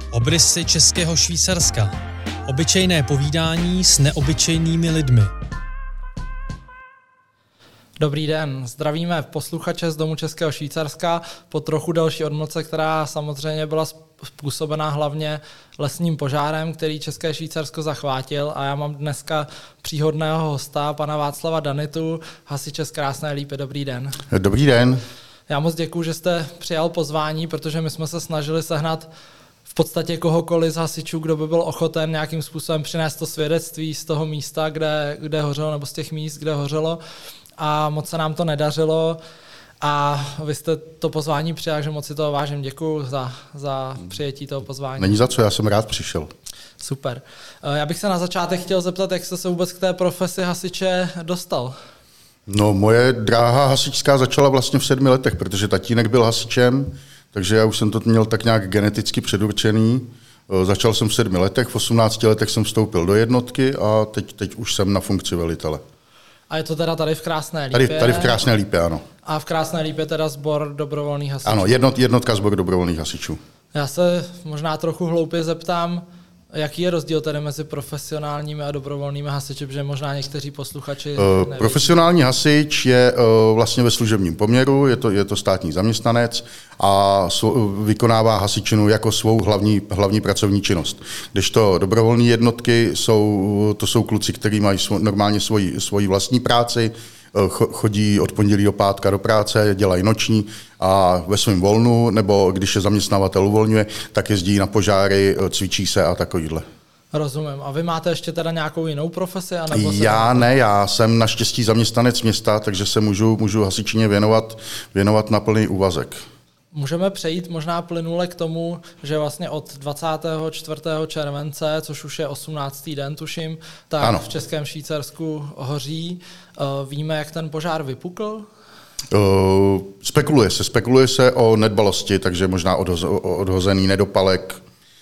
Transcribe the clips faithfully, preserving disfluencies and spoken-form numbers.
Obrysy českého Švýcarska. Obyčejné povídání s neobyčejnými lidmi. Dobrý den, zdravíme posluchače z Domu českého Švýcarska po trochu další odmlce, která samozřejmě byla způsobená hlavně lesním požárem, který České Švýcarsko zachvátil, a já mám dneska příhodného hosta, pana Václava Danitu, hasiče z Krásné Lípy. Dobrý den. Dobrý den. Já moc děkuju, že jste přijal pozvání, protože my jsme se snažili sehnat v podstatě kohokoliv z hasičů, kdo by byl ochoten nějakým způsobem přinést to svědectví z toho místa, kde, kde hořelo, nebo z těch míst, kde hořelo, a moc se nám to nedařilo. A vy jste to pozvání přijal, že moc si toho vážím. Děkuju za, za přijetí toho pozvání. Není za co, já jsem rád přišel. Super. Já bych se na začátek chtěl zeptat, jak jste se vůbec k té profesi hasiče dostal? No, moje dráha hasičská začala vlastně v sedmi letech, protože tatínek byl hasičem, takže já už jsem to měl tak nějak geneticky předurčený. Začal jsem v sedmi letech, v osmnácti letech jsem vstoupil do jednotky a teď, teď už jsem na funkci velitele. A je to teda tady v Krásné Lípě? Tady, tady v Krásné Lípě, ano. A v Krásné Lípě teda sbor dobrovolných hasičů? Ano, jednot, jednotka sbor dobrovolných hasičů. Já se možná trochu hloupě zeptám, jaký je rozdíl tedy mezi profesionálními a dobrovolnými hasiči, protože možná někteří posluchači uh, Profesionální hasič je uh, vlastně ve služebním poměru, je to, je to státní zaměstnanec a sv- vykonává hasičinu jako svou hlavní, hlavní pracovní činnost. Kdežto dobrovolné jednotky jsou, to jsou kluci, kteří mají svo, normálně svoji, svoji vlastní práci, chodí od pondělí do pátka do práce, dělají noční a ve svém volnu, nebo když je zaměstnavatel uvolňuje, tak jezdí na požáry, cvičí se a takovýhle. Rozumím. A vy máte ještě teda nějakou jinou profesi? Anebo já ne, já jsem naštěstí zaměstnanec města, takže se můžu, můžu hasičině věnovat, věnovat na plný úvazek. Můžeme přejít možná plynule k tomu, že vlastně od dvacátého čtvrtého července, což už je osmnáctý den, tuším, tak ano. V Českém Švýcarsku hoří. Víme, jak ten požár vypukl? Uh, spekuluje se, spekuluje se o nedbalosti, takže možná odho- odhozený nedopalek,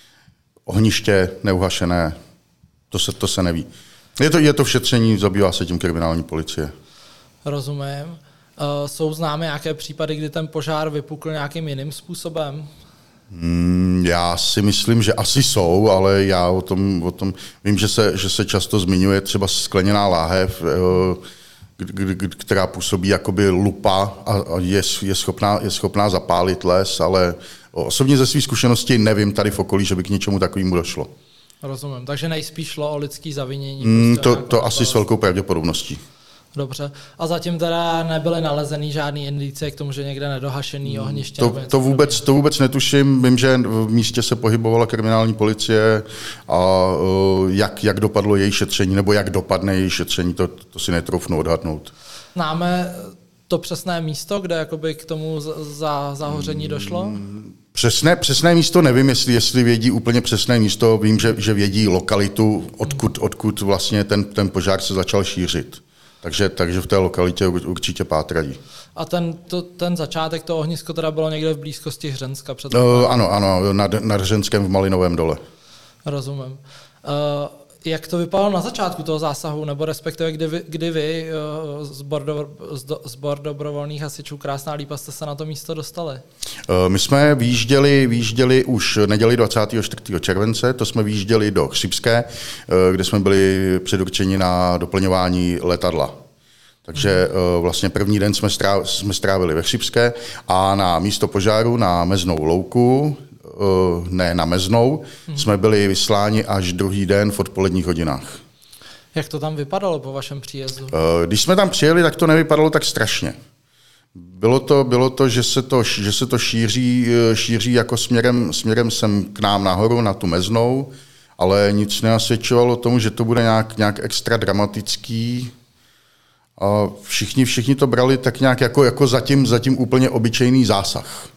ohniště neuhašené, to se, to se neví. Je to, je to v šetření, zabývá se tím kriminální policie. Rozumím. Uh, jsou známy nějaké případy, kdy ten požár vypukl nějakým jiným způsobem? Hmm, já si myslím, že asi jsou, ale já o tom, o tom vím, že se, že se často zmiňuje třeba skleněná láhev, která působí jakoby lupa a je, je, schopná, je schopná zapálit les, ale osobně ze svých zkušeností nevím tady v okolí, že by k něčemu takovému došlo. Rozumím, takže nejspíš šlo o lidský zavinění. Hmm, to to asi s velkou pravděpodobností. Dobře. A zatím teda nebyly nalezený žádný indicie k tomu, že někde nedohašený ohniště? To, to, vůbec, to vůbec netuším. Vím, že v místě se pohybovala kriminální policie a uh, jak, jak dopadlo její šetření, nebo jak dopadne její šetření, to, to si netroufnu odhadnout. Známe to přesné místo, kde jakoby k tomu za, zahoření došlo? Přesné, přesné místo nevím, jestli, jestli vědí úplně přesné místo. Vím, že, že vědí lokalitu, odkud, odkud vlastně ten, ten požár se začal šířit. Takže, takže v té lokalitě určitě pátrají. A ten, to, ten začátek, to ohnisko teda bylo někde v blízkosti Hřenska? Před uh, ano, ano, nad, nad Hřenskem v Malinovém dole. Rozumím. Uh, jak to vypadalo na začátku toho zásahu, nebo respektive kdy vy, kdy vy uh, sbor, do, sbor dobrovolných hasičů Krásná Lípa, jste se na to místo dostali? Uh, my jsme vyjížděli, vyjížděli už neděli dvacátého čtvrtého července, to jsme vyjížděli do Chřibské, uh, kde jsme byli předurčeni na doplňování letadla. Takže uh, vlastně první den jsme, stráv, jsme strávili ve Chřibské a na místo požáru na Meznou louku, uh, ne na Meznou, hmm. jsme byli vysláni až druhý den v odpoledních hodinách. Jak to tam vypadalo po vašem příjezdu? Uh, když jsme tam přijeli, tak to nevypadalo tak strašně. Bylo to, bylo to, že se to, že se to šíří, šíří jako směrem, směrem sem k nám nahoru, na tu Meznou, ale nic nenasvědčovalo tomu, že to bude nějak, nějak extra dramatický. A všichni, všichni to brali tak nějak jako, jako zatím, zatím úplně obyčejný zásah.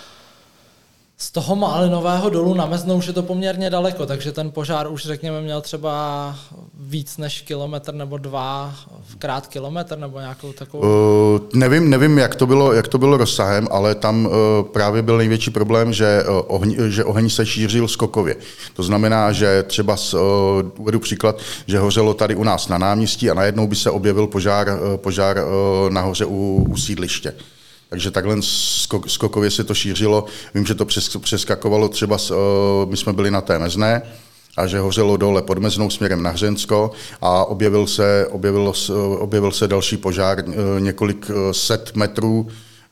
Z toho Malinového dolu na Meznou už je to poměrně daleko, takže ten požár už, řekněme, měl třeba víc než kilometr nebo dva, krát kilometr nebo nějakou takovou... Uh, nevím, nevím jak, to bylo, jak to bylo rozsahem, ale tam uh, právě byl největší problém, že, uh, ohň, že oheň se šířil skokově. To znamená, že třeba, uh, uvedu příklad, že hořelo tady u nás na náměstí a najednou by se objevil požár, uh, požár uh, nahoře u, u sídliště. takže takhle skok, skokově se to šířilo. Vím, že to přes, přeskakovalo třeba, s, my jsme byli na té Mezné, a že hořelo dole pod Meznou směrem na Hřensko a objevil se, objevil, objevil se další požár několik set metrů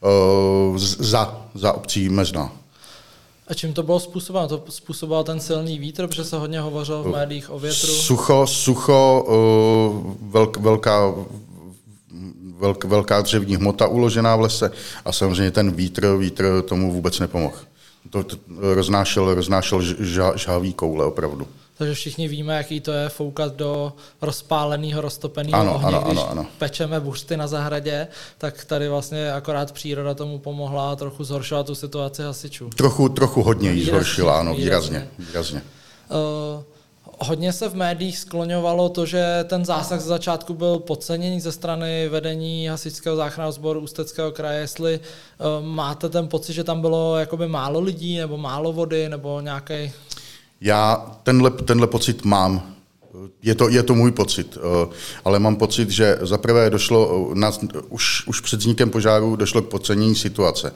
za, za obcí Mezná. A čím to bylo způsobeno? To způsoboval ten silný vítr, protože se hodně hovořilo v médiích o větru? Sucho, sucho, velk, velká, velk, velká dřevní hmota uložená v lese a samozřejmě ten vítr, vítr tomu vůbec nepomohl. To, to roznášel, roznášel ža, žhavý koule opravdu. Takže všichni víme, jaký to je foukat do rozpáleného, roztopeného ohně, ano, když ano, ano. pečeme buřty na zahradě, tak tady vlastně akorát příroda tomu pomohla a trochu zhoršila tu situaci hasičů. Trochu, trochu hodně jí zhoršila, ano, výrazně. výrazně. Uh, hodně se v médiích skloňovalo to, že ten zásah z začátku byl podceněný ze strany vedení Hasičského záchranného sboru Ústeckého kraje, jestli uh, máte ten pocit, že tam bylo jakoby málo lidí, nebo málo vody, nebo nějaký... Já tenhle, tenhle pocit mám. Je to, je to můj pocit, ale mám pocit, že zaprvé došlo, na, už, už před vznikem požáru došlo k podcenění situace.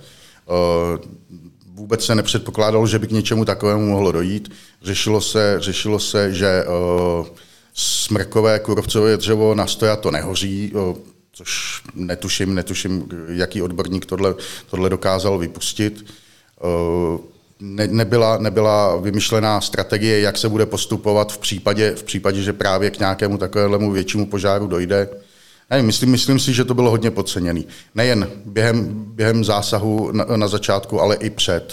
Vůbec se nepředpokládalo, že by k něčemu takovému mohlo dojít. Řešilo se, řešilo se že smrkové kůrovcové dřevo na stojato nehoří, což netuším, netuším, jaký odborník tohle, tohle dokázal vypustit. Ne, nebyla, nebyla vymyšlená strategie, jak se bude postupovat v případě, v případě, že právě k nějakému takovému většímu požáru dojde. Ne, myslím, myslím si, že to bylo hodně podceněné. Nejen během, během zásahu na, na začátku, ale i před.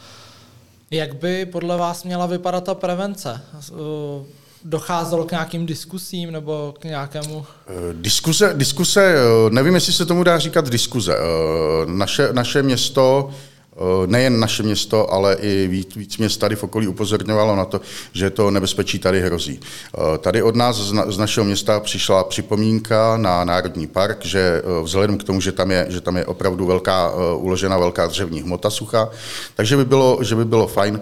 Jak by podle vás měla vypadat ta prevence? Docházelo k nějakým diskusím nebo k nějakému... Diskuse, diskuse, nevím, jestli se tomu dá říkat diskuze. Naše, naše město... Nejen naše město, ale i víc, víc měst tady v okolí upozorňovalo na to, že to nebezpečí tady hrozí. Tady od nás z našeho města přišla připomínka na Národní park, že vzhledem k tomu, že tam je, že tam je opravdu velká, uložena velká dřevní hmota sucha, takže by bylo, že by bylo fajn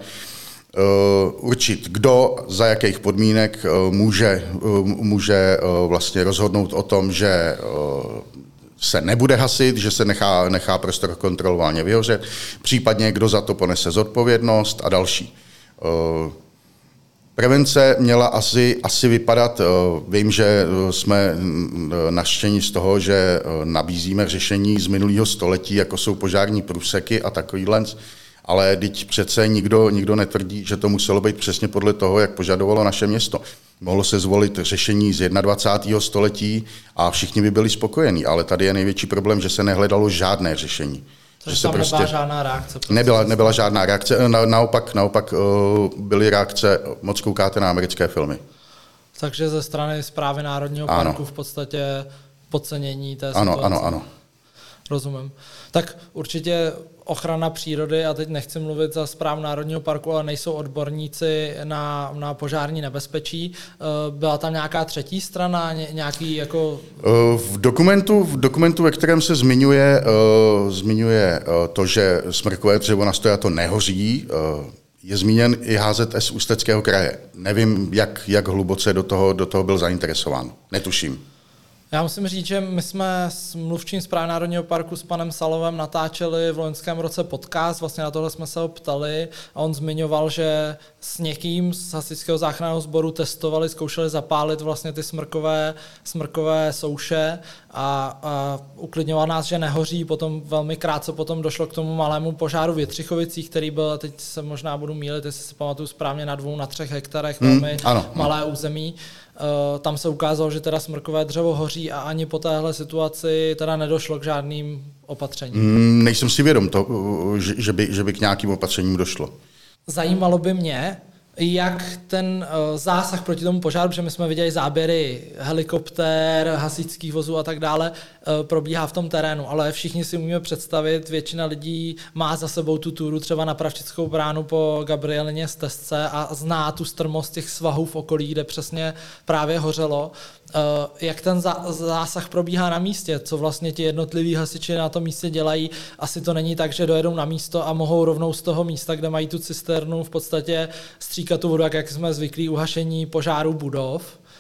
určit, kdo za jakých podmínek může, může vlastně rozhodnout o tom, že se nebude hasit, že se nechá, nechá prostor kontrolovaně vyhořet, případně kdo za to ponese zodpovědnost a další. Prevence měla asi, asi vypadat, vím, že jsme nařčeni z toho, že nabízíme řešení z minulého století, jako jsou požární průseky a takovýhle, ale teď přece nikdo, nikdo netvrdí, že to muselo být přesně podle toho, jak požadovalo naše město. Mohlo se zvolit řešení z dvacátého prvního století a všichni by byli spokojení, ale tady je největší problém, že se nehledalo žádné řešení. Takže tam prostě nebyla žádná reakce. Nebyla, nebyla žádná reakce, na, naopak, naopak byly reakce, moc koukáte na americké filmy. Takže ze strany Správy Národního ano. parku v podstatě podcenění té ano, situace. Ano, ano, Rozumím. Tak určitě ochrana přírody, a teď nechci mluvit za Správu Národního parku, ale nejsou odborníci na, na požární nebezpečí. Byla tam nějaká třetí strana, nějaký jako... V dokumentu, v dokumentu, ve kterém se zmiňuje, uh, zmiňuje uh, to, že smrkové dřevo na stojato nehoří, uh, je zmíněn i H Z S Ústeckého kraje. Nevím, jak, jak hluboce do toho, do toho byl zainteresován. Netuším. Já musím říct, že my jsme s mluvčím Správy Národního parku s panem Salovem natáčeli v loňském roce podcast, vlastně na tohle jsme se ho ptali a on zmiňoval, že s někým z Hasičského záchranného sboru testovali, zkoušeli zapálit vlastně ty smrkové, smrkové souše a, a uklidňoval nás, že nehoří, potom velmi krátce potom došlo k tomu malému požáru v Jitřichovicích, který byl, teď se možná budu mýlit, jestli si pamatuju správně, na dvou, na třech hektarech, velmi hmm, ano, malé ano. území. Uh, tam se ukázalo, že teda smrkové dřevo hoří a ani po téhle situaci teda nedošlo k žádným opatřením. Mm, nejsem si vědom, to, že, že, by, že by k nějakým opatřením došlo. Zajímalo by mě, jak ten uh, zásah proti tomu požáru, protože my jsme viděli záběry helikoptér, hasičských vozů a tak dále, uh, probíhá v tom terénu, ale všichni si umíme představit, většina lidí má za sebou tu túru třeba na Pravčickou bránu po Gabrielině stezce a zná tu strmost těch svahů v okolí, kde přesně právě hořelo. Uh, jak ten zásah probíhá na místě, co vlastně ti jednotliví hasiči na tom místě dělají. Asi to není tak, že dojedou na místo a mohou rovnou z toho místa, kde mají tu cisternu, v podstatě stříkat tu vodu, jak jsme zvyklí u hašení požáru budov.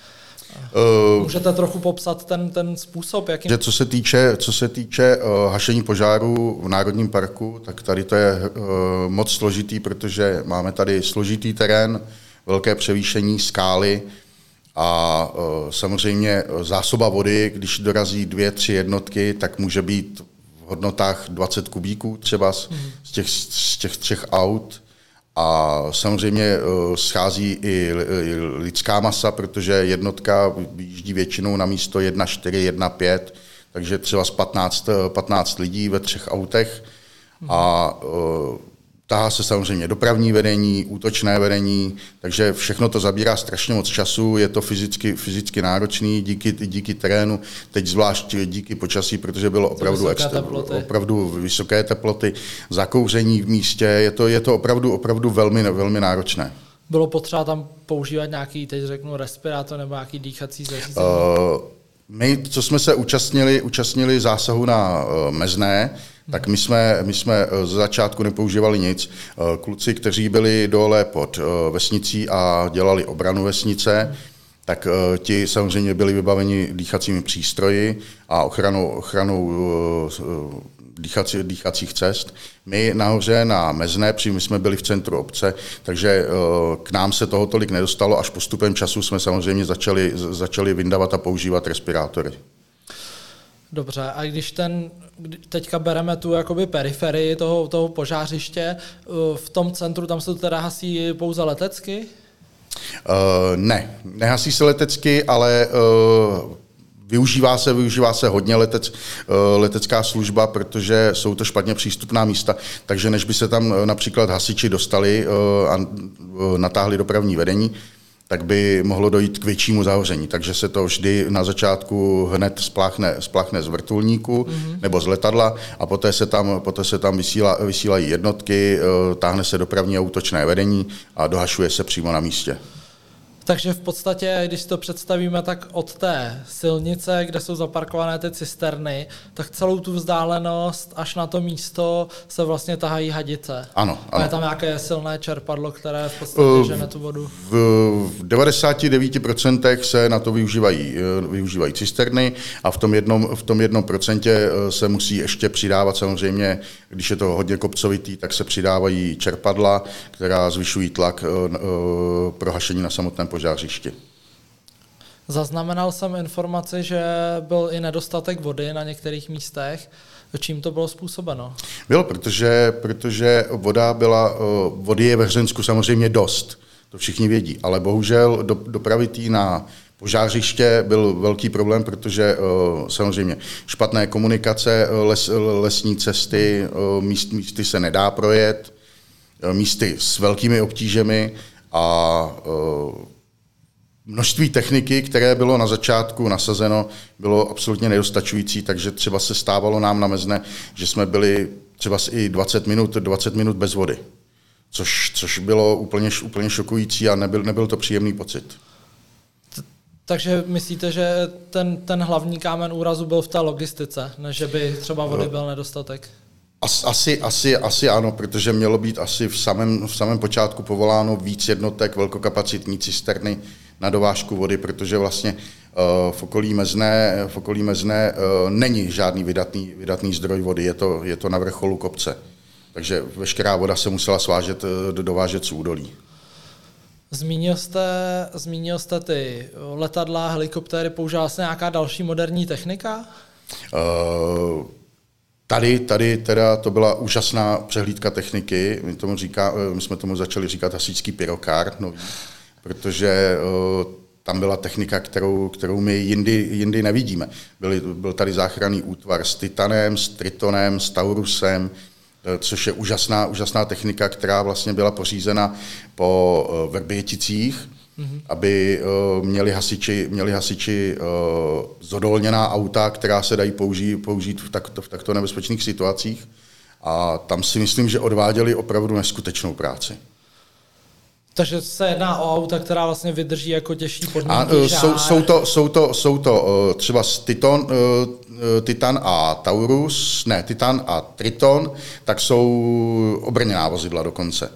Můžete trochu popsat ten, ten způsob, jakým... Že co se týče, co se týče uh, hašení požáru v Národním parku, tak tady to je uh, moc složitý, protože máme tady složitý terén, velké převýšení, skály a uh, samozřejmě zásoba vody, když dorazí dvě, tři jednotky, tak může být v hodnotách dvacet kubíků třeba z, mm. z, těch, z těch třech aut. A samozřejmě schází i lidská masa, protože jednotka vyjíždí většinou na místo jedna čtyři, jedna pět, takže třeba z patnáct, patnáct lidí ve třech autech. A tahá se samozřejmě dopravní vedení, útočné vedení, takže všechno to zabírá strašně moc času, je to fyzicky, fyzicky náročný díky, díky terénu, teď zvlášť díky počasí, protože bylo opravdu, extra, opravdu vysoké teploty, zakouření v místě, je to, je to opravdu, opravdu velmi, velmi náročné. Bylo potřeba tam používat nějaký, teď řeknu, respirátor nebo nějaký dýchací zařízení? Uh, my, co jsme se účastnili, účastnili zásahu na uh, Mezné, tak my jsme, my jsme z začátku nepoužívali nic. Kluci, kteří byli dole pod vesnicí a dělali obranu vesnice, tak ti samozřejmě byli vybaveni dýchacími přístroji a ochranou, ochranou dýchací, dýchacích cest. My nahoře na Mezné, my jsme byli v centru obce, takže k nám se toho tolik nedostalo, až postupem času jsme samozřejmě začali, začali vyndavat a používat respirátory. Dobře, a když ten, teďka bereme tu jakoby periferii toho, toho požářiště, v tom centru tam se to teda hasí pouze letecky? Uh, ne, nehasí se letecky, ale uh, využívá se, využívá se hodně letec, uh, letecká služba, protože jsou to špatně přístupná místa, takže než by se tam například hasiči dostali uh, a uh, natáhli dopravní vedení, tak by mohlo dojít k většímu zahoření. Takže se to vždy na začátku hned spláchne, spláchne z vrtulníku mm-hmm. nebo z letadla a poté se tam, poté se tam vysíla, vysílají jednotky, táhne se dopravní a útočné vedení a dohašuje se přímo na místě. Takže v podstatě, když si to představíme, tak od té silnice, kde jsou zaparkované ty cisterny, tak celou tu vzdálenost až na to místo se vlastně tahají hadice. Ano, ano. A je tam nějaké silné čerpadlo, které v podstatě žene tu vodu? V, v devadesát devět procent se na to využívají, využívají cisterny a v tom jednom, v tom jednom procentě se musí ještě přidávat samozřejmě, když je to hodně kopcovitý, tak se přidávají čerpadla, která zvyšují tlak pro hašení na samotném požářišti. Zaznamenal jsem informaci, že byl i nedostatek vody na některých místech. Čím to bylo způsobeno? Bylo, protože, protože voda byla, vody je ve Hřensku samozřejmě dost, to všichni vědí, ale bohužel do, dopravit ji na požářiště byl velký problém, protože samozřejmě špatné komunikace, les, lesní cesty, míst, místy se nedá projet, místy s velkými obtížemi a množství techniky, které bylo na začátku nasazeno, bylo absolutně nedostačující, takže třeba se stávalo nám na Mezné, že jsme byli třeba i dvacet minut, dvacet minut bez vody, což, což bylo úplně, úplně šokující a nebyl, nebyl to příjemný pocit. Takže myslíte, že ten, ten hlavní kámen úrazu byl v té logistice, než že by třeba vody byl nedostatek? Asi, asi, asi ano, protože mělo být asi v samém, v samém počátku povoláno víc jednotek, velkokapacitní cisterny na dovážku vody, protože vlastně uh, v okolí Mezné, v okolí Mezné uh, není žádný vydatný, vydatný zdroj vody, je to, je to na vrcholu kopce. Takže veškerá voda se musela svážet, uh, dovážet z údolí. Zmínil jste, zmínil jste ty letadla, helikoptéry, používala se nějaká další moderní technika? Uh, Tady, tady teda to byla úžasná přehlídka techniky, my, tomu říká, my jsme tomu začali říkat hasičský pyrokár nový, protože uh, tam byla technika, kterou, kterou my jindy, jindy nevidíme. Byli, byl tady záchranný útvar s Titanem, s Tritonem, s Taurusem, což je úžasná, úžasná technika, která vlastně byla pořízena po uh, Vrběticích, mm-hmm. aby uh, měli hasiči, měli hasiči uh, zodolněná auta, která se dají použít, použít v, takto, v takto nebezpečných situacích. A tam si myslím, že odváděli opravdu neskutečnou práci. Takže se jedná o auta, která vlastně vydrží jako těžší podmínky. A, uh, jsou, jsou to, jsou to, jsou to uh, třeba Titan, uh, Titan a Taurus, ne, Titan a Triton, tak jsou obrněná vozidla dokonce.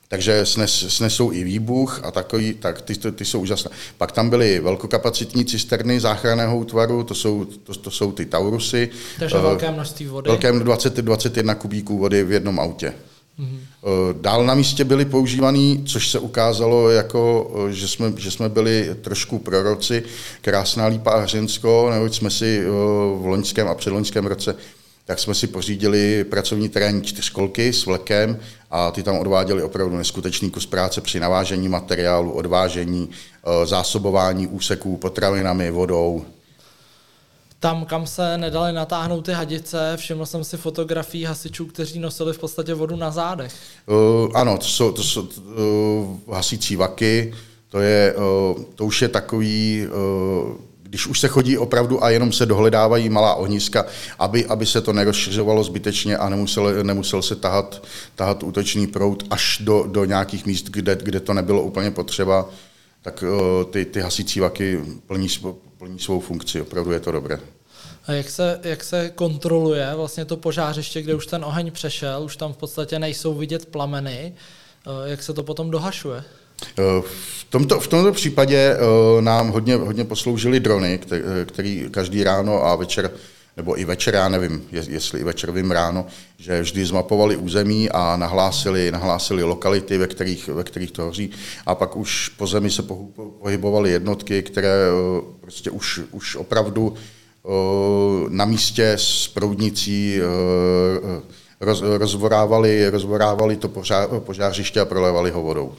Takže snes, snesou i výbuch a takový, tak ty, ty jsou úžasné. Pak tam byly velkokapacitní cisterny záchranného útvaru, to jsou, to, to jsou ty Taurusy. Takže uh, velké množství vody. Velké dvacet, dvacet jedna kubíků vody v jednom autě. Mm-hmm. Dál na místě byly používaný, což se ukázalo, jako, že, jsme, že jsme byli trošku proroci. Krásná Lípa a Hřensko, neboť jsme si v loňském a předloňském roce tak jsme si pořídili pracovní terénní čtyřkolky s vlekem a ty tam odváděli opravdu neskutečný kus práce při navážení materiálu, odvážení, zásobování úseků potravinami, vodou. Tam, kam se nedali natáhnout ty hadice, všiml jsem si fotografií hasičů, kteří nosili v podstatě vodu na zádech. Uh, ano, to jsou, to jsou uh, hasící vaky, to, je, uh, to už je takový... Uh, když už se chodí opravdu a jenom se dohledávají malá ohniska, aby, aby se to nerozšiřovalo zbytečně a nemusel, nemusel se tahat, tahat útočný proud až do, do nějakých míst, kde, kde to nebylo úplně potřeba, tak uh, ty, ty hasící vaky plní, plní svou funkci, opravdu je to dobré. A jak se, jak se kontroluje vlastně to požářiště, kde už ten oheň přešel, už tam v podstatě nejsou vidět plameny, jak se to potom dohašuje? V tomto, v tomto případě nám hodně, hodně posloužily drony, který každý ráno a večer, nebo i večer, já nevím, jestli i večer vím ráno, že vždy zmapovali území a nahlásili, nahlásili lokality, ve kterých, ve kterých to hoří. A pak už po zemi se pohybovaly jednotky, které prostě už, už opravdu na místě s proudnicí roz, rozvorávali, rozvorávali to požár, požářiště a prolévali ho vodou.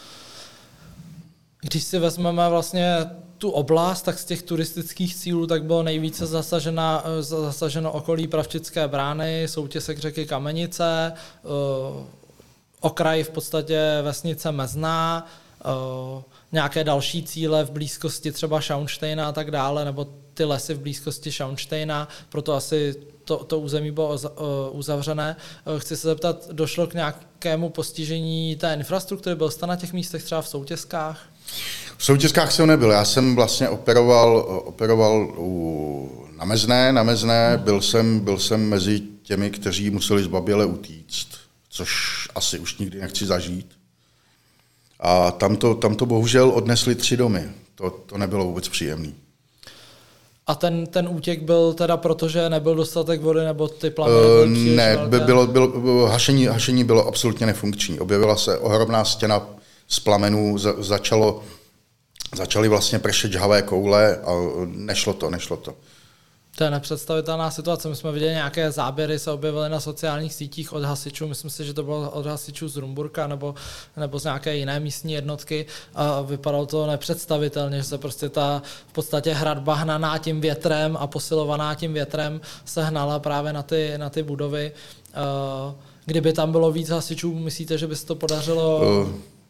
Když si vezmeme vlastně tu oblast, tak z těch turistických cílů tak bylo nejvíce zasažena, zasaženo okolí Pravčické brány, soutěsek řeky Kamenice, okraj v podstatě vesnice Mezná, nějaké další cíle v blízkosti třeba Šaunštejna a tak dále, nebo ty lesy v blízkosti Šaunštejna, proto asi to, to území bylo uzavřené. Chci se zeptat, došlo k nějakému postižení té infrastruktury? Byl jste na těch místech třeba v Soutěskách? V Soutěskách jsem nebyl, já jsem vlastně operoval, operoval u, na Mezné, na Mezné byl, jsem, byl jsem mezi těmi, kteří museli zbaběle utíct, což asi už nikdy nechci zažít. A tam to, tam to bohužel odnesli tři domy, to, to nebylo vůbec příjemný. A ten, ten útěk byl teda proto, že nebyl dostatek vody, nebo ty plameny byly příliš Ne, velké? bylo, bylo, bylo, hašení, hašení bylo absolutně nefunkční. Objevila se ohromná stěna z plamenů, za, začalo, začaly vlastně pršet žhavé koule a nešlo to, nešlo to. To je nepředstavitelná situace. My jsme viděli nějaké záběry, se objevily na sociálních sítích od hasičů. Myslím si, že to bylo od hasičů z Rumburka nebo, nebo z nějaké jiné místní jednotky a vypadalo to nepředstavitelně, že se prostě ta v podstatě hradba hnaná tím větrem a posilovaná tím větrem se hnala právě na ty, na ty budovy. Kdyby tam bylo víc hasičů, myslíte, že by se to podařilo... Uh.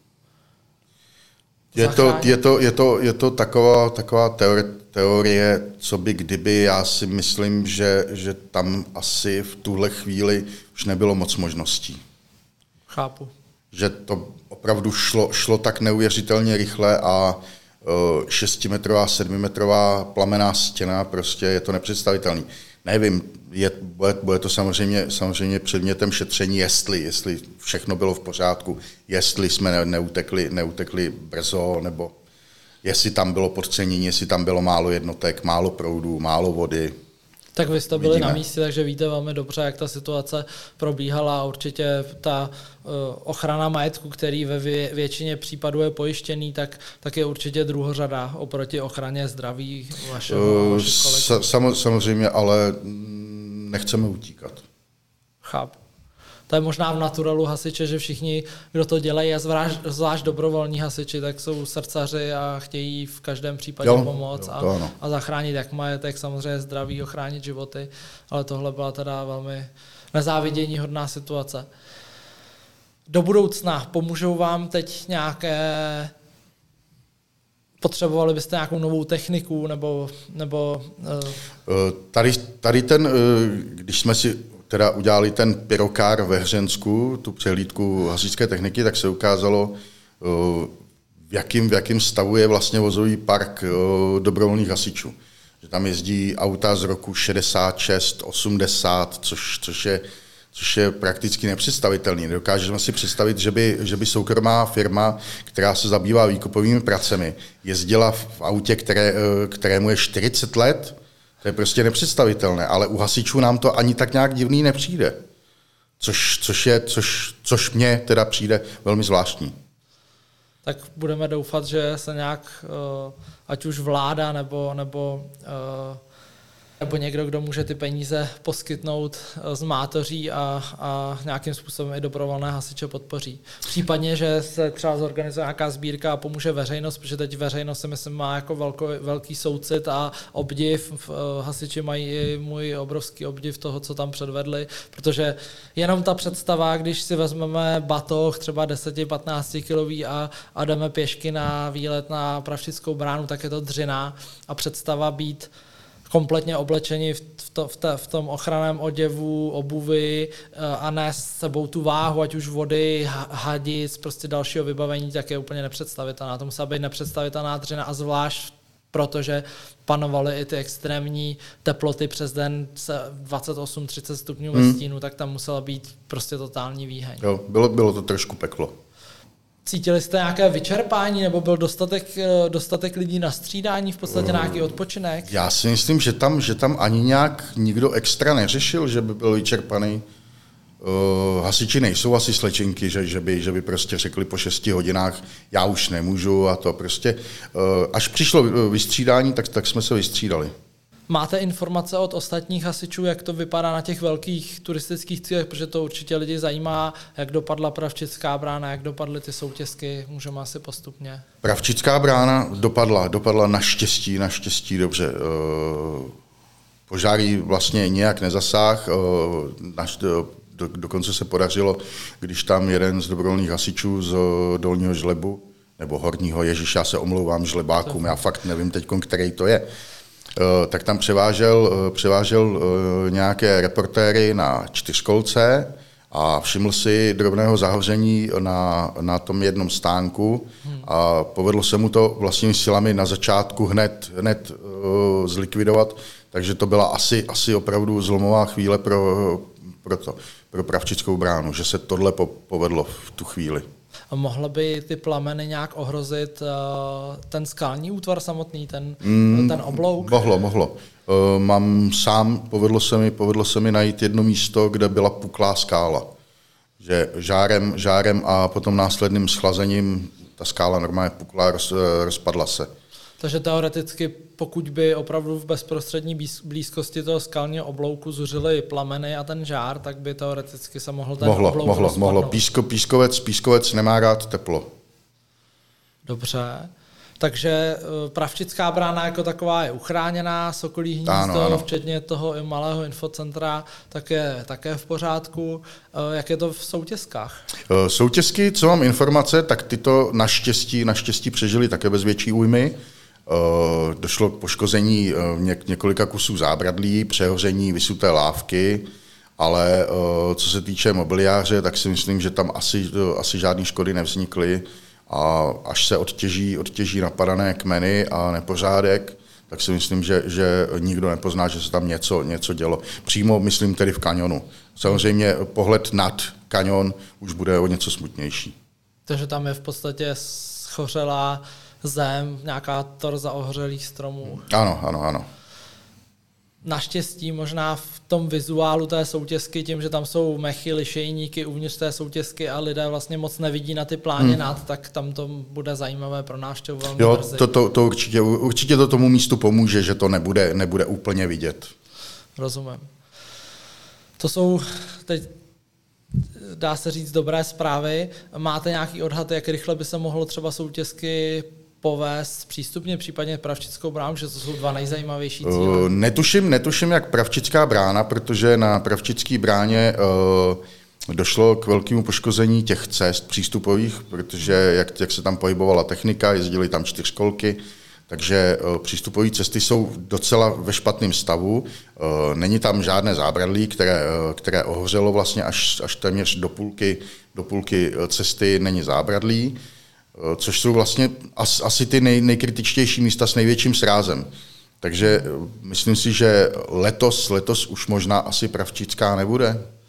Je to, je to, je to, je to taková, taková teorie, teorie, co by kdyby, já si myslím, že, že tam asi v tuhle chvíli už nebylo moc možností. Chápu. Že to opravdu šlo, šlo tak neuvěřitelně rychle a uh, šestimetrová, sedmimetrová plamená stěna, prostě je to nepředstavitelný. Nevím, je, bude, bude to samozřejmě, samozřejmě předmětem šetření, jestli, jestli všechno bylo v pořádku, jestli jsme ne, neutekli, neutekli brzo, nebo jestli tam bylo podcenění, jestli tam bylo málo jednotek, málo proudů, málo vody. Tak vy jste byli Vidíme. na místě, takže víte velmi dobře, jak ta situace probíhala a určitě ta uh, ochrana majetku, který ve vě- většině případů je pojištěný, tak, tak je určitě druhořada oproti ochraně zdraví vašeho, Uh, vašich kolegů. Sam, samozřejmě, ale nechceme utíkat. Chápu. To je možná v naturalu hasiče, že všichni, kdo to dělají, a zvlášť, zvlášť dobrovolní hasiči, tak jsou srdcaři a chtějí v každém případě jo, pomoct jo, a, a zachránit jak majetek, samozřejmě zdraví, ochránit životy, ale tohle byla teda velmi nezávidění hodná situace. Do budoucna pomůžou vám teď nějaké... Potřebovali byste nějakou novou techniku, nebo... nebo uh... Tady, tady ten, když jsme si teda udělali ten pyrokár ve Hřensku, tu přehlídku hasičské techniky, tak se ukázalo, v jakém v jakým stavu je vlastně vozový park dobrovolných hasičů. Že tam jezdí auta z roku šedesát šest, osmdesát, což, což, je, což je prakticky nepředstavitelný. Dokážeme si představit, že by, že by soukromá firma, která se zabývá výkopovými pracemi, jezdila v autě, které, kterému je čtyřicet let. To je prostě nepředstavitelné, ale u hasičů nám to ani tak nějak divný nepřijde. Což, což, je, což, což mně teda přijde velmi zvláštní. Tak budeme doufat, že se nějak, ať už vláda nebo, nebo, nebo někdo, kdo může ty peníze poskytnout, zmátoří a, a nějakým způsobem i dobrovolné hasiče podpoří. Případně, že se třeba zorganizuje nějaká sbírka a pomůže veřejnost, protože teď veřejnost si myslím má jako velko, velký soucit a obdiv. Hasiči mají i můj obrovský obdiv toho, co tam předvedli, protože jenom ta představa, když si vezmeme batoh třeba deset patnáct kilový a, a jdeme pěšky na výlet na Pravčickou bránu, tak je to dřina a představa být kompletně oblečení v, to, v, te, v tom ochranném oděvu, obuvi a nést s sebou tu váhu, ať už vody, hadic, prostě dalšího vybavení, tak je úplně nepředstavitelná. To musela být nepředstavitelná dřina a zvlášť protože panovaly i ty extrémní teploty přes den dvacet osm třicet stupňů hmm. ve stínu, tak tam musela být prostě totální výheň. Jo, bylo, bylo to trošku peklo. Cítili jste nějaké vyčerpání, nebo byl dostatek, dostatek lidí na střídání, v podstatě uh, nějaký odpočinek? Já si myslím, že tam, že tam ani nějak nikdo extra neřešil, že by byl vyčerpaný. Uh, hasiči nejsou asi slečinky, že, že, by, že by prostě řekli po šesti hodinách, já už nemůžu a to prostě. Uh, až přišlo vystřídání, tak, tak jsme se vystřídali. Máte informace od ostatních hasičů, jak to vypadá na těch velkých turistických cílech, protože to určitě lidi zajímá, jak dopadla Pravčická brána, jak dopadly ty soutězky, můžeme asi postupně. Pravčická brána dopadla, dopadla naštěstí, naštěstí dobře. Požár jí vlastně nějak nezasáh, do, dokonce se podařilo, když tam jeden z dobrovolných hasičů z Dolního Žlebu, nebo Horního, Ježíš, já se omlouvám žlebákům, já fakt nevím teď, který to je, tak tam převážel, převážel nějaké reportéry na čtyřkolce a všiml si drobného zahoření na, na tom jednom stánku a povedlo se mu to vlastními silami na začátku hned, hned uh, zlikvidovat, takže to byla asi, asi opravdu zlomová chvíle pro, pro, to, pro Pravčickou bránu, že se tohle po, povedlo v tu chvíli. Mohlo by ty plameny nějak ohrozit uh, ten skalní útvar samotný, ten, mm, ten oblouk? Mohlo, mohlo. Uh, mám sám, povedlo se, mi, povedlo se mi najít jedno místo, kde byla puklá skála. Že žárem, žárem a potom následným schlazením ta skála normálně pukla, roz, rozpadla se. Takže teoreticky, pokud by opravdu v bezprostřední blízkosti toho skalního oblouku zuřily plameny a ten žár, tak by teoreticky se mohl ten mohlo, oblouk mohlo, rozpadnout. Mohlo, Písko, pískovec, pískovec nemá rád teplo. Dobře. Takže Pravčická brána jako taková je uchráněná, Sokolí hnízdo, ano, ano. včetně toho i malého infocentra, tak je také v pořádku. Jak je to v soutězkách? Soutězky, co mám informace, tak tyto naštěstí, naštěstí přežili také bez větší újmy. Došlo k poškození několika kusů zábradlí, přehoření vysuté lávky, ale co se týče mobiliáře, tak si myslím, že tam asi, asi žádné škody nevznikly. A až se odtěží, odtěží napadané kmeny a nepořádek, tak si myslím, že, že nikdo nepozná, že se tam něco, něco dělo. Přímo myslím tedy v kanionu. Samozřejmě pohled nad kanion už bude o něco smutnější. Takže tam je v podstatě schořelá zem, nějaká torza ohořelých stromů. Ano, ano, ano. Naštěstí možná v tom vizuálu té soutězky, tím, že tam jsou mechy, lišejníky uvnitř té soutězky a lidé vlastně moc nevidí na ty pláně hmm. nad, tak tam to bude zajímavé pro návštěvu velmi jo, brzy. To, to, to určitě, určitě to tomu místu pomůže, že to nebude, nebude úplně vidět. Rozumím. To jsou teď, dá se říct, dobré zprávy. Máte nějaký odhad, jak rychle by se mohlo třeba soutězky povést přístupně, případně Pravčickou bránu, že to jsou dva nejzajímavější cíle? Netuším, netuším, jak Pravčická brána, protože na Pravčické bráně uh, došlo k velkému poškození těch cest přístupových, protože jak, jak se tam pohybovala technika, jezdily tam čtyřkolky, takže uh, přístupové cesty jsou docela ve špatném stavu. Uh, není tam žádné zábradlí, které, uh, které ohořelo vlastně až, až téměř do půlky, do půlky cesty není zábradlí, což jsou vlastně asi ty nej, nejkritičtější místa s největším srázem. Takže myslím si, že letos, letos už možná asi Pravčická nebude.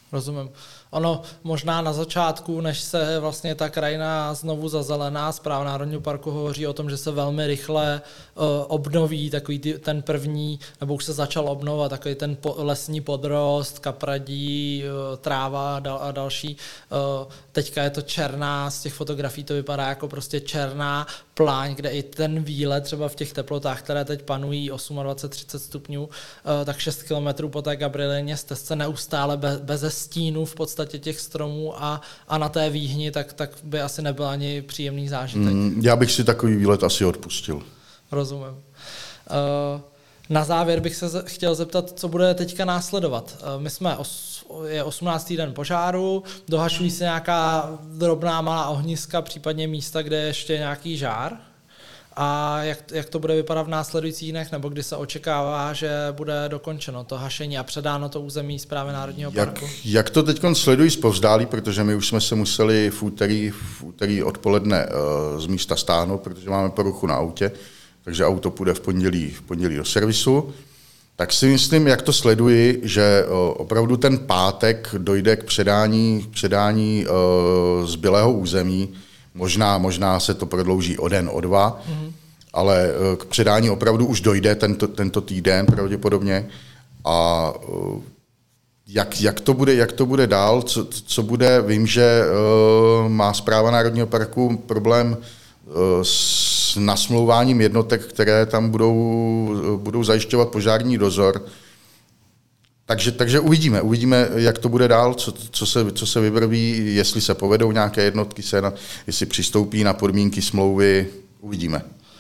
Rozumím. Ono možná na začátku, než se vlastně ta krajina znovu zazelená, Správa Národního parku hovoří o tom, že se velmi rychle uh, obnoví takový ty, ten první, nebo už se začal obnovovat, takový ten po, lesní podrost, kapradí, uh, tráva dal, a další. Uh, teďka je to černá, z těch fotografií to vypadá jako prostě černá pláň, kde i ten výlet třeba v těch teplotách, které teď panují dvacet osm třicet stupňů, uh, tak šest kilometrů po té Gabrielině stezce neustále bez, beze stínu v podstatě těch stromů a, a na té výhni, tak, tak by asi nebyl ani příjemný zážitek. Mm, já bych si takový výlet asi odpustil. Rozumím. Uh, na závěr bych se chtěl zeptat, co bude teďka následovat. Uh, my jsme, os, je osmnáctý den požáru, dohašují se nějaká drobná malá ohniska, případně místa, kde je ještě nějaký žár. A jak, jak to bude vypadat v následujících dnech, nebo kdy se očekává, že bude dokončeno to hašení a předáno to území Správy Národního parku? Jak, jak to teď sledují zpovzdálí, protože my už jsme se museli v úterý, v úterý odpoledne uh, z místa stáhnout, protože máme poruchu na autě, takže auto půjde v pondělí, v pondělí do servisu. Tak si myslím, jak to sleduji, že uh, opravdu ten pátek dojde k předání, k předání uh, zbylého území. Možná, možná se to prodlouží o den, o dva, mm-hmm. ale k předání opravdu už dojde tento, tento týden pravděpodobně. A jak, jak, to bude, jak to bude dál, co, co bude, vím, že uh, má Správa Národního parku problém uh, s nasmlouváním jednotek, které tam budou, budou zajišťovat požární dozor. Takže, takže uvidíme, uvidíme, jak to bude dál, co, co, se, co se vybrví, jestli se povedou nějaké jednotky, se na, jestli přistoupí na podmínky smlouvy, uvidíme.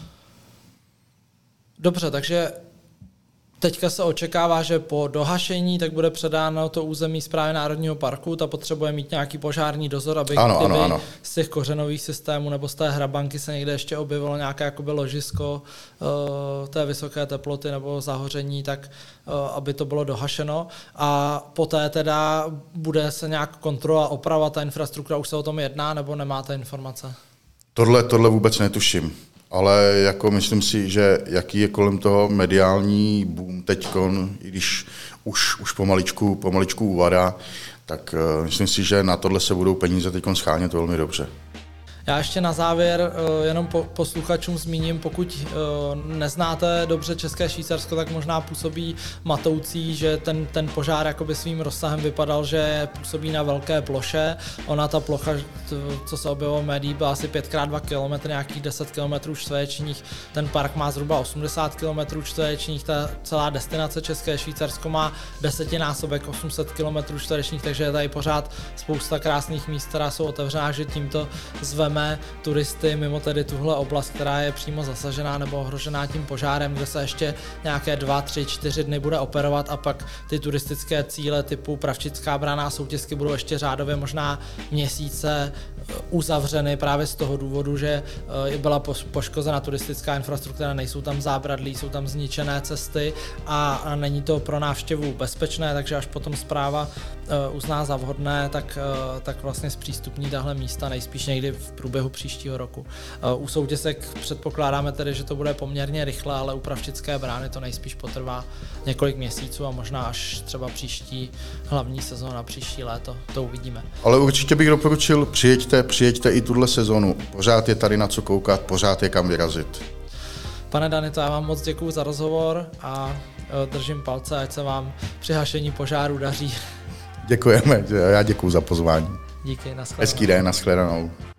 Dobře, takže teďka se očekává, že po dohašení tak bude předáno to území Správy Národního parku, ta potřebuje mít nějaký požární dozor, aby ano, ano, ano. z těch kořenových systémů nebo z té hrabanky se někde ještě objevilo nějaké jakoby ložisko uh, té vysoké teploty nebo zahoření, tak uh, aby to bylo dohašeno. A poté teda bude se nějak kontrola, oprava, ta infrastruktura, už se o tom jedná, nebo nemáte informace? Tohle, tohle vůbec netuším. Ale jako myslím si, že jaký je kolem toho mediální boom teďkon, i když už, už pomaličku, pomaličku uvadá, tak uh, myslím si, že na tohle se budou peníze teďkon schánět velmi dobře. Já ještě na závěr jenom posluchačům zmíním, pokud neznáte dobře České Švýcarsko, tak možná působí matoucí, že ten, ten požár jakoby svým rozsahem vypadal, že působí na velké ploše. Ona ta plocha, co se objevilo v médiích, byla asi pět krát dva kilometry, nějakých deset kilometrů čtverečních. Ten park má zhruba osmdesát kilometrů čtverečních, ta celá destinace České Švýcarsko má desetinásobek osm set kilometrů čtverečních, takže je tady pořád spousta krásných míst, která jsou otevřená, že tímto zveme turisty mimo tedy tuhle oblast, která je přímo zasažená nebo ohrožená tím požárem, kde se ještě nějaké dva, tři, čtyři dny bude operovat a pak ty turistické cíle typu Pravčická brána a Soutěsky budou ještě řádově možná měsíce uzavřeny právě z toho důvodu, že byla poškozena turistická infrastruktura, nejsou tam zábradlí, jsou tam zničené cesty a není to pro návštěvu bezpečné, takže až potom správa uzná za vhodné, tak, tak vlastně zpřístupní tahle místa nejspíš někdy v průběhu příštího roku. U Soutěsek předpokládáme tedy, že to bude poměrně rychle, ale u Pravčické brány to nejspíš potrvá několik měsíců a možná až třeba příští hlavní sezóna, příští léto, to uvidíme. Ale určitě bych doporučil, přijeďte, přijeďte i tuhle sezonu. Pořád je tady na co koukat, pořád je kam vyrazit. Pane Danito, já vám moc děkuju za rozhovor a držím palce, ať se vám při hašení požáru daří. Děkujeme, já děkuju za pozvání. Díky, nashledanou. Hezký den, nashledanou.